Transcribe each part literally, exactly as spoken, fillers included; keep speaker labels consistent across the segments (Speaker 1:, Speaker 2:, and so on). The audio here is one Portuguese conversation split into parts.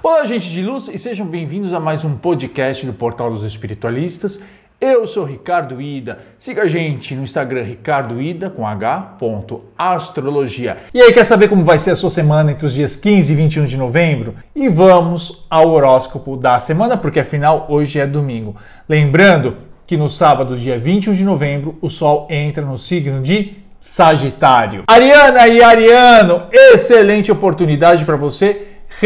Speaker 1: Olá, gente de luz, e sejam bem-vindos a mais um podcast do Portal dos Espiritualistas. Eu sou Ricardo Ida. Siga a gente no Instagram, Ricardo Ida, com H, ponto, astrologia. E aí, quer saber como vai ser a sua semana entre os dias quinze e vinte e um de novembro? E vamos ao horóscopo da semana, porque afinal hoje é domingo. Lembrando que no sábado, dia vinte e um de novembro, o Sol entra no signo de Sagitário. Ariana e Ariano, excelente oportunidade para você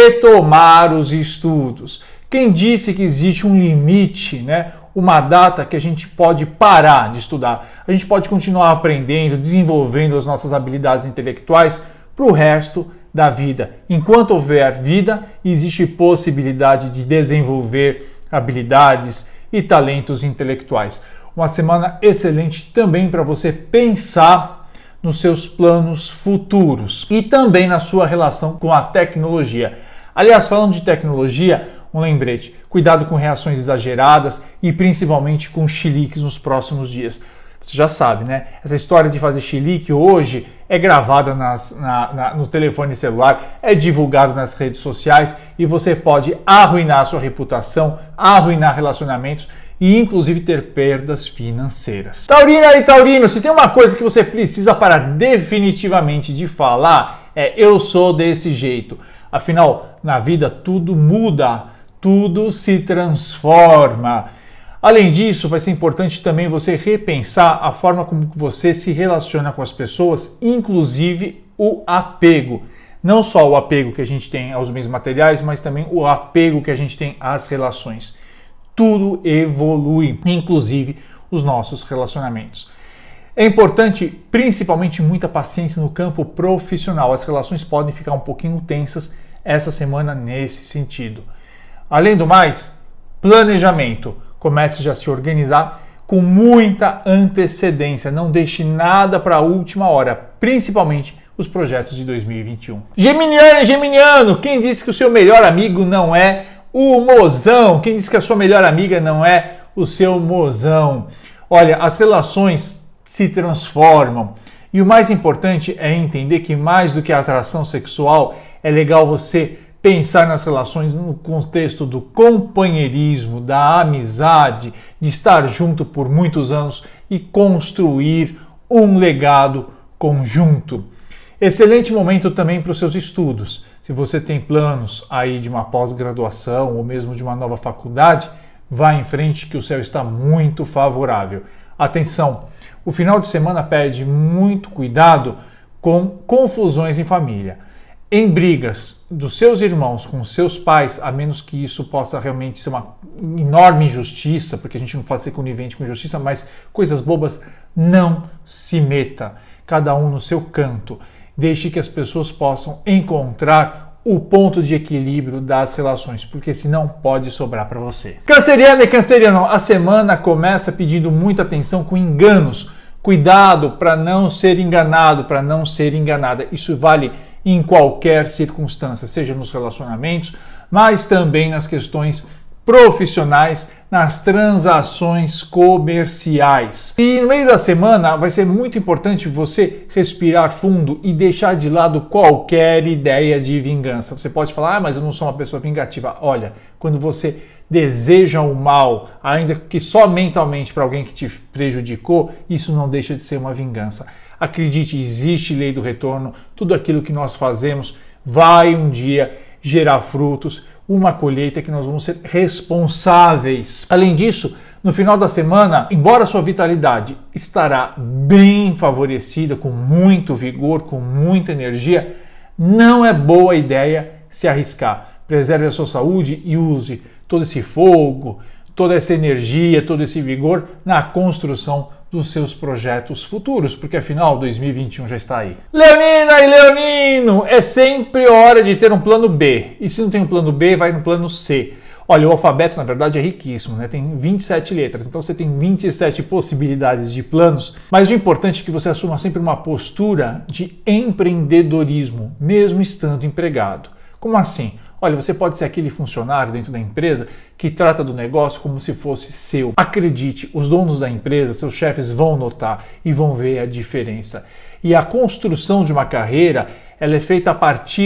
Speaker 1: retomar os estudos. Quem disse que existe um limite, né? Uma data que a gente pode parar de estudar? A gente pode continuar aprendendo, desenvolvendo as nossas habilidades intelectuais para o resto da vida. Enquanto houver vida, existe possibilidade de desenvolver habilidades e talentos intelectuais. Uma semana excelente também para você pensar nos seus planos futuros e também na sua relação com a tecnologia. Aliás, falando de tecnologia, um lembrete: cuidado com reações exageradas e principalmente com chiliques nos próximos dias. Você já sabe, né? Essa história de fazer chilique hoje é gravada nas, na, na, no telefone celular, é divulgado nas redes sociais e você pode arruinar a sua reputação, arruinar relacionamentos e inclusive ter perdas financeiras. Taurina e Taurino, se tem uma coisa que você precisa para definitivamente de falar, é eu sou desse jeito. Afinal, na vida tudo muda, tudo se transforma. Além disso, vai ser importante também você repensar a forma como você se relaciona com as pessoas, inclusive o apego. Não só o apego que a gente tem aos bens materiais, mas também o apego que a gente tem às relações. Tudo evolui, inclusive os nossos relacionamentos. É importante, principalmente, muita paciência no campo profissional. As relações podem ficar um pouquinho tensas essa semana nesse sentido. Além do mais, planejamento. Comece já a se organizar com muita antecedência. Não deixe nada para a última hora, principalmente os projetos de dois mil e vinte e um. Geminiano e Geminiano, quem disse que o seu melhor amigo não é o mozão? Quem disse que a sua melhor amiga não é o seu mozão? Olha, as relações se transformam e o mais importante é entender que mais do que a atração sexual, é legal você pensar nas relações no contexto do companheirismo, da amizade, de estar junto por muitos anos e construir um legado conjunto. Excelente momento também para os seus estudos. Se você tem planos aí de uma pós-graduação ou mesmo de uma nova faculdade, vá em frente que o céu está muito favorável. Atenção, o final de semana pede muito cuidado com confusões em família. Em brigas dos seus irmãos com seus pais, a menos que isso possa realmente ser uma enorme injustiça, porque a gente não pode ser conivente com injustiça, mas coisas bobas, não se meta. Cada um no seu canto. Deixe que as pessoas possam encontrar o ponto de equilíbrio das relações, porque senão pode sobrar para você. Canceriano e canceriano, a semana começa pedindo muita atenção com enganos. Cuidado para não ser enganado, para não ser enganada. Isso vale em qualquer circunstância, seja nos relacionamentos, mas também nas questões profissionais, nas transações comerciais. E no meio da semana vai ser muito importante você respirar fundo e deixar de lado qualquer ideia de vingança. Você pode falar, ah, mas eu não sou uma pessoa vingativa. Olha, quando você deseja o mal, ainda que só mentalmente para alguém que te prejudicou, isso não deixa de ser uma vingança. Acredite, existe lei do retorno, tudo aquilo que nós fazemos vai um dia gerar frutos, uma colheita que nós vamos ser responsáveis. Além disso, no final da semana, embora a sua vitalidade estará bem favorecida, com muito vigor, com muita energia, não é boa ideia se arriscar. Preserve a sua saúde e use todo esse fogo, toda essa energia, todo esse vigor na construção dos seus projetos futuros, porque afinal dois mil e vinte e um já está aí. Leonina e Leonino, é sempre hora de ter um plano B. E se não tem um plano B, vai no plano C. Olha, o alfabeto na verdade é riquíssimo, né? Tem vinte e sete letras, então você tem vinte e sete possibilidades de planos, mas o importante é que você assuma sempre uma postura de empreendedorismo, mesmo estando empregado. Como assim? Olha, você pode ser aquele funcionário dentro da empresa que trata do negócio como se fosse seu. Acredite, os donos da empresa, seus chefes vão notar e vão ver a diferença. E a construção de uma carreira, ela é feita a partir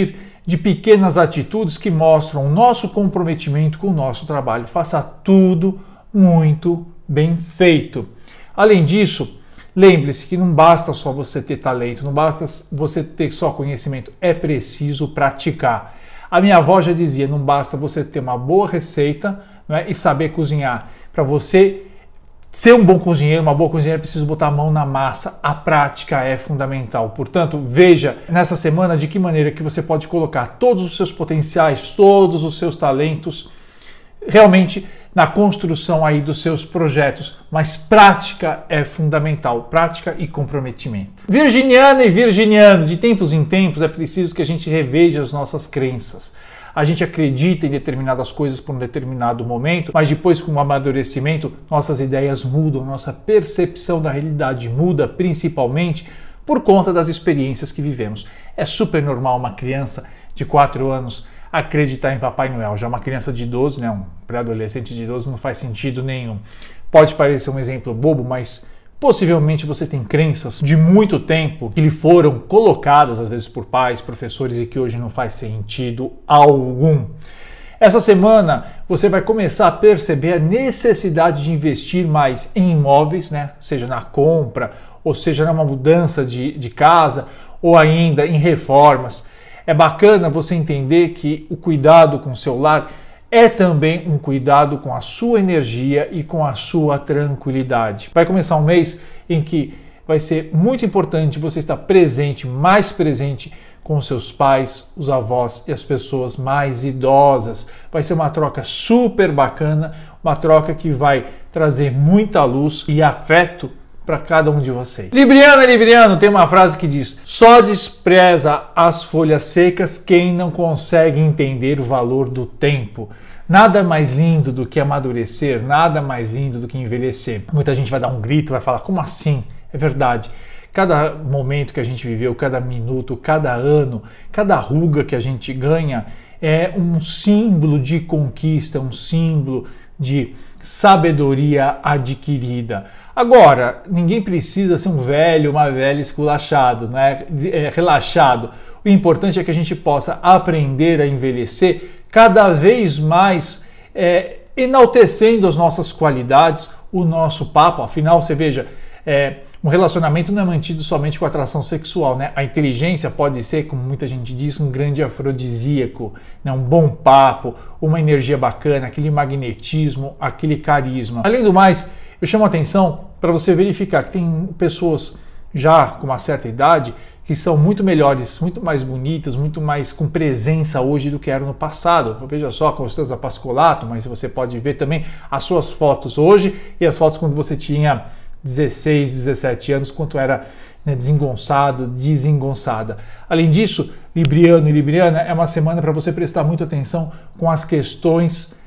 Speaker 1: de pequenas atitudes que mostram o nosso comprometimento com o nosso trabalho. Faça tudo muito bem feito. Além disso, lembre-se que não basta só você ter talento, não basta você ter só conhecimento, é preciso praticar. A minha avó já dizia, não basta você ter uma boa receita, né, e saber cozinhar. Para você ser um bom cozinheiro, uma boa cozinheira, é preciso botar a mão na massa. A prática é fundamental. Portanto, veja nessa semana de que maneira que você pode colocar todos os seus potenciais, todos os seus talentos, realmente na construção aí dos seus projetos, mas prática é fundamental, prática e comprometimento. Virginiana e virginiano, de tempos em tempos é preciso que a gente reveja as nossas crenças. A gente acredita em determinadas coisas por um determinado momento, mas depois com o amadurecimento, nossas ideias mudam, nossa percepção da realidade muda, principalmente por conta das experiências que vivemos. É super normal uma criança de quatro anos acreditar em Papai Noel. Já uma criança de doze, né, um pré-adolescente de doze, não faz sentido nenhum. Pode parecer um exemplo bobo, mas possivelmente você tem crenças de muito tempo que lhe foram colocadas, às vezes por pais, professores, e que hoje não faz sentido algum. Essa semana você vai começar a perceber a necessidade de investir mais em imóveis, né, seja na compra, ou seja numa mudança de, de casa, ou ainda em reformas. É bacana você entender que o cuidado com o seu lar é também um cuidado com a sua energia e com a sua tranquilidade. Vai começar um mês em que vai ser muito importante você estar presente, mais presente com os seus pais, os avós e as pessoas mais idosas. Vai ser uma troca super bacana, uma troca que vai trazer muita luz e afeto para cada um de vocês. Libriana e Libriano, tem uma frase que diz: só despreza as folhas secas quem não consegue entender o valor do tempo. Nada mais lindo do que amadurecer, nada mais lindo do que envelhecer. Muita gente vai dar um grito, vai falar, como assim? É verdade. Cada momento que a gente viveu, cada minuto, cada ano, cada ruga que a gente ganha é um símbolo de conquista, um símbolo de sabedoria adquirida. Agora, ninguém precisa ser um velho, uma velha esculachado, né? É, relaxado. O importante é que a gente possa aprender a envelhecer cada vez mais, é, enaltecendo as nossas qualidades, o nosso papo. Afinal, você veja, é, um relacionamento não é mantido somente com atração sexual, né? A inteligência pode ser, como muita gente diz, um grande afrodisíaco, né? Um bom papo, uma energia bacana, aquele magnetismo, aquele carisma. Além do mais, eu chamo a atenção para você verificar que tem pessoas já com uma certa idade que são muito melhores, muito mais bonitas, muito mais com presença hoje do que eram no passado. Veja só a Costanza Pascolato, mas você pode ver também as suas fotos hoje e as fotos quando você tinha dezesseis, dezessete anos, quanto era, né, desengonçado, desengonçada. Além disso, Libriano e Libriana, é uma semana para você prestar muita atenção com as questões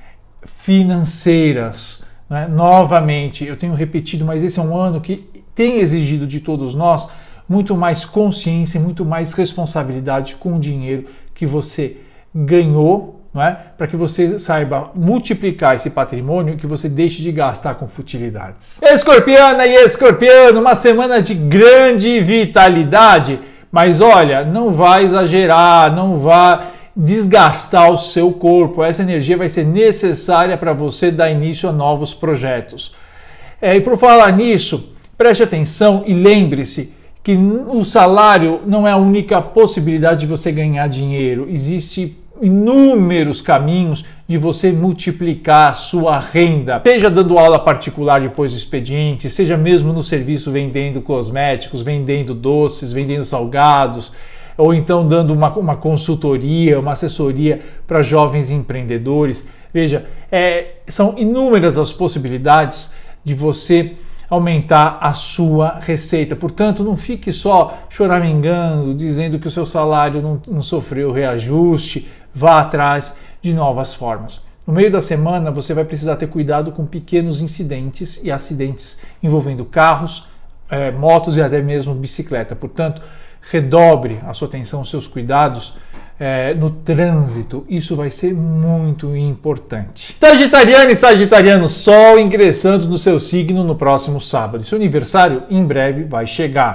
Speaker 1: financeiras. Né? Novamente, eu tenho repetido, mas esse é um ano que tem exigido de todos nós muito mais consciência e muito mais responsabilidade com o dinheiro que você ganhou, não é? Para que você saiba multiplicar esse patrimônio e que você deixe de gastar com futilidades. Escorpiana e escorpiano, uma semana de grande vitalidade, mas olha, não vai exagerar, não vá desgastar o seu corpo. Essa energia vai ser necessária para você dar início a novos projetos. É, e por falar nisso, preste atenção e lembre-se que o salário não é a única possibilidade de você ganhar dinheiro. Existem inúmeros caminhos de você multiplicar a sua renda. Seja dando aula particular depois do expediente, seja mesmo no serviço vendendo cosméticos, vendendo doces, vendendo salgados, ou então dando uma, uma consultoria, uma assessoria para jovens empreendedores. Veja, é, são inúmeras as possibilidades de você aumentar a sua receita. Portanto, não fique só choramingando, dizendo que o seu salário não, não sofreu reajuste. Vá atrás de novas formas. No meio da semana, você vai precisar ter cuidado com pequenos incidentes e acidentes envolvendo carros, é, motos e até mesmo bicicleta. Portanto, redobre a sua atenção, os seus cuidados é, no trânsito. Isso vai ser muito importante. Sagitariano e Sagitariano, Sol ingressando no seu signo no próximo sábado. Seu aniversário em breve vai chegar.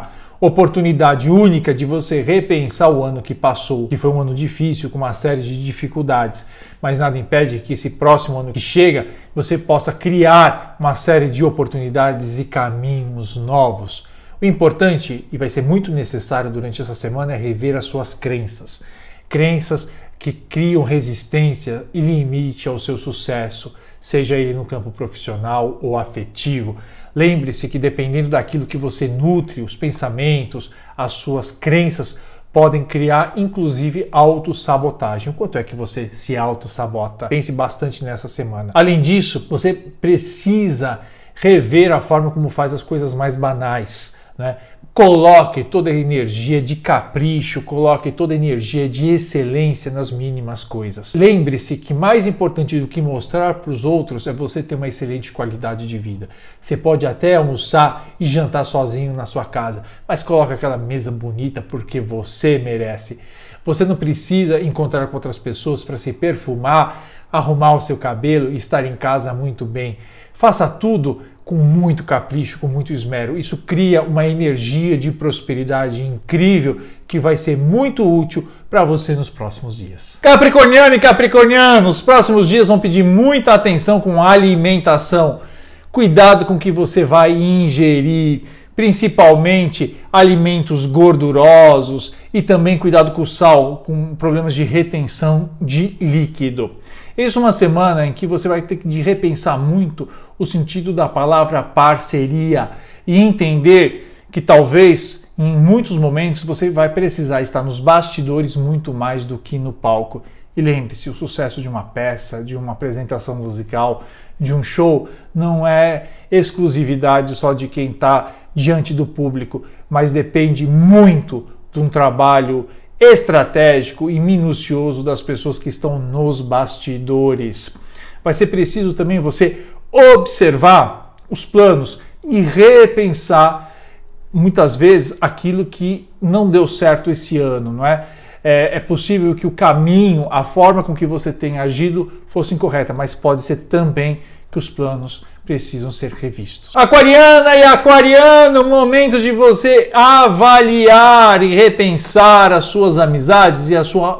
Speaker 1: oportunidade única de você repensar o ano que passou, que foi um ano difícil, com uma série de dificuldades, mas nada impede que esse próximo ano que chega, você possa criar uma série de oportunidades e caminhos novos. O importante, e vai ser muito necessário durante essa semana, é rever as suas crenças. Crenças que criam resistência e limite ao seu sucesso, seja ele no campo profissional ou afetivo. Lembre-se que dependendo daquilo que você nutre, os pensamentos, as suas crenças podem criar inclusive autossabotagem. O quanto é que você se autossabota? Pense bastante nessa semana. Além disso, você precisa rever a forma como faz as coisas mais banais, né? Coloque toda a energia de capricho, coloque toda a energia de excelência nas mínimas coisas. Lembre-se que mais importante do que mostrar para os outros é você ter uma excelente qualidade de vida. Você pode até almoçar e jantar sozinho na sua casa, mas coloque aquela mesa bonita porque você merece. Você não precisa encontrar com outras pessoas para se perfumar, arrumar o seu cabelo e estar em casa muito bem. Faça tudo com muito capricho, com muito esmero. Isso cria uma energia de prosperidade incrível que vai ser muito útil para você nos próximos dias. Capricorniano e capricorniano, os próximos dias vão pedir muita atenção com a alimentação. Cuidado com o que você vai ingerir, principalmente alimentos gordurosos e também cuidado com o sal, com problemas de retenção de líquido. Essa é uma semana em que você vai ter que repensar muito o sentido da palavra parceria e entender que talvez em muitos momentos você vai precisar estar nos bastidores muito mais do que no palco. E lembre-se, o sucesso de uma peça, de uma apresentação musical, de um show, não é exclusividade só de quem está diante do público, mas depende muito de um trabalho estratégico e minucioso das pessoas que estão nos bastidores. Vai ser preciso também você observar os planos e repensar muitas vezes aquilo que não deu certo esse ano, não é? É, é possível que o caminho, a forma com que você tem agido fosse incorreta, mas pode ser também que os planos precisam ser revistos. Aquariana e aquariano, momento de você avaliar e repensar as suas amizades e a sua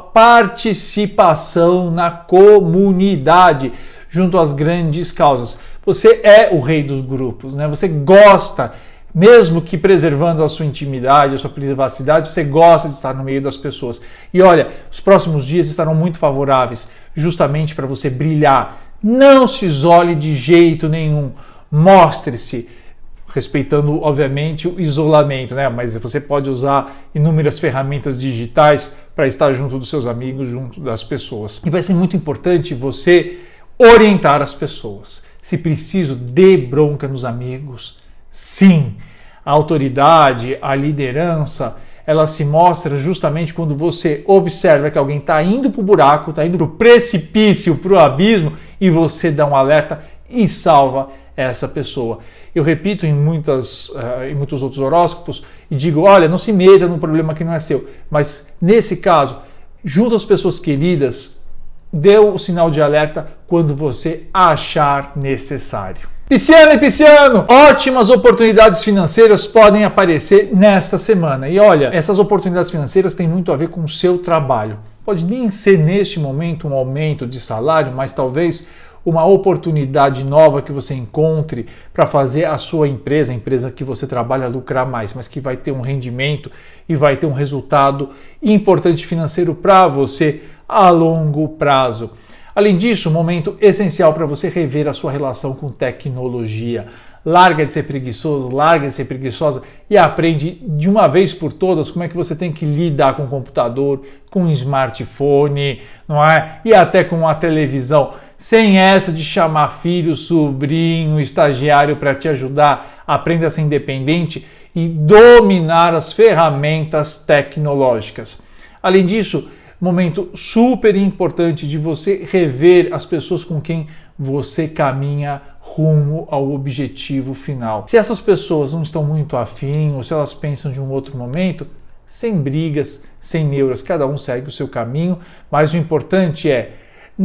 Speaker 1: participação na comunidade junto às grandes causas. Você é o rei dos grupos, né? Você gosta, mesmo que preservando a sua intimidade, a sua privacidade, você gosta de estar no meio das pessoas. E olha, os próximos dias estarão muito favoráveis justamente para você brilhar. Não se isole de jeito nenhum. Mostre-se, respeitando, obviamente, o isolamento, né? Mas você pode usar inúmeras ferramentas digitais para estar junto dos seus amigos, junto das pessoas. E vai ser muito importante você orientar as pessoas. Se preciso, dê bronca nos amigos. Sim, a autoridade, a liderança, ela se mostra justamente quando você observa que alguém está indo para o buraco, está indo para o precipício, para o abismo, e você dá um alerta e salva essa pessoa. Eu repito em, muitas, uh, em muitos outros horóscopos e digo, olha, não se meta num problema que não é seu. Mas nesse caso, junto às pessoas queridas, dê o sinal de alerta quando você achar necessário. Pisciano e pisciano, ótimas oportunidades financeiras podem aparecer nesta semana. E olha, essas oportunidades financeiras têm muito a ver com o seu trabalho. Pode nem ser neste momento um aumento de salário, mas talvez uma oportunidade nova que você encontre para fazer a sua empresa, a empresa que você trabalha, lucrar mais, mas que vai ter um rendimento e vai ter um resultado importante financeiro para você a longo prazo. Além disso, um momento essencial para você rever a sua relação com tecnologia. Larga de ser preguiçoso, larga de ser preguiçosa e aprende de uma vez por todas como é que você tem que lidar com o computador, com o smartphone, não é? E até com a televisão. Sem essa de chamar filho, sobrinho, estagiário para te ajudar. Aprenda a ser independente e dominar as ferramentas tecnológicas. Além disso, momento super importante de você rever as pessoas com quem você caminha rumo ao objetivo final. Se essas pessoas não estão muito afim ou se elas pensam de um outro momento, sem brigas, sem neuras, cada um segue o seu caminho, mas o importante é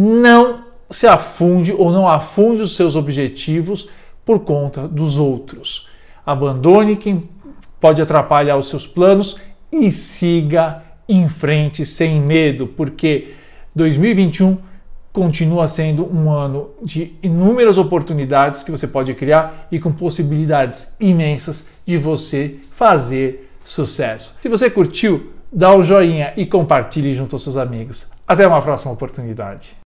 Speaker 1: não se afunde ou não afunde os seus objetivos por conta dos outros. Abandone quem pode atrapalhar os seus planos, e siga em frente sem medo, porque dois mil e vinte e um continua sendo um ano de inúmeras oportunidades que você pode criar e com possibilidades imensas de você fazer sucesso. Se você curtiu, dá o joinha e compartilhe junto aos seus amigos. Até uma próxima oportunidade.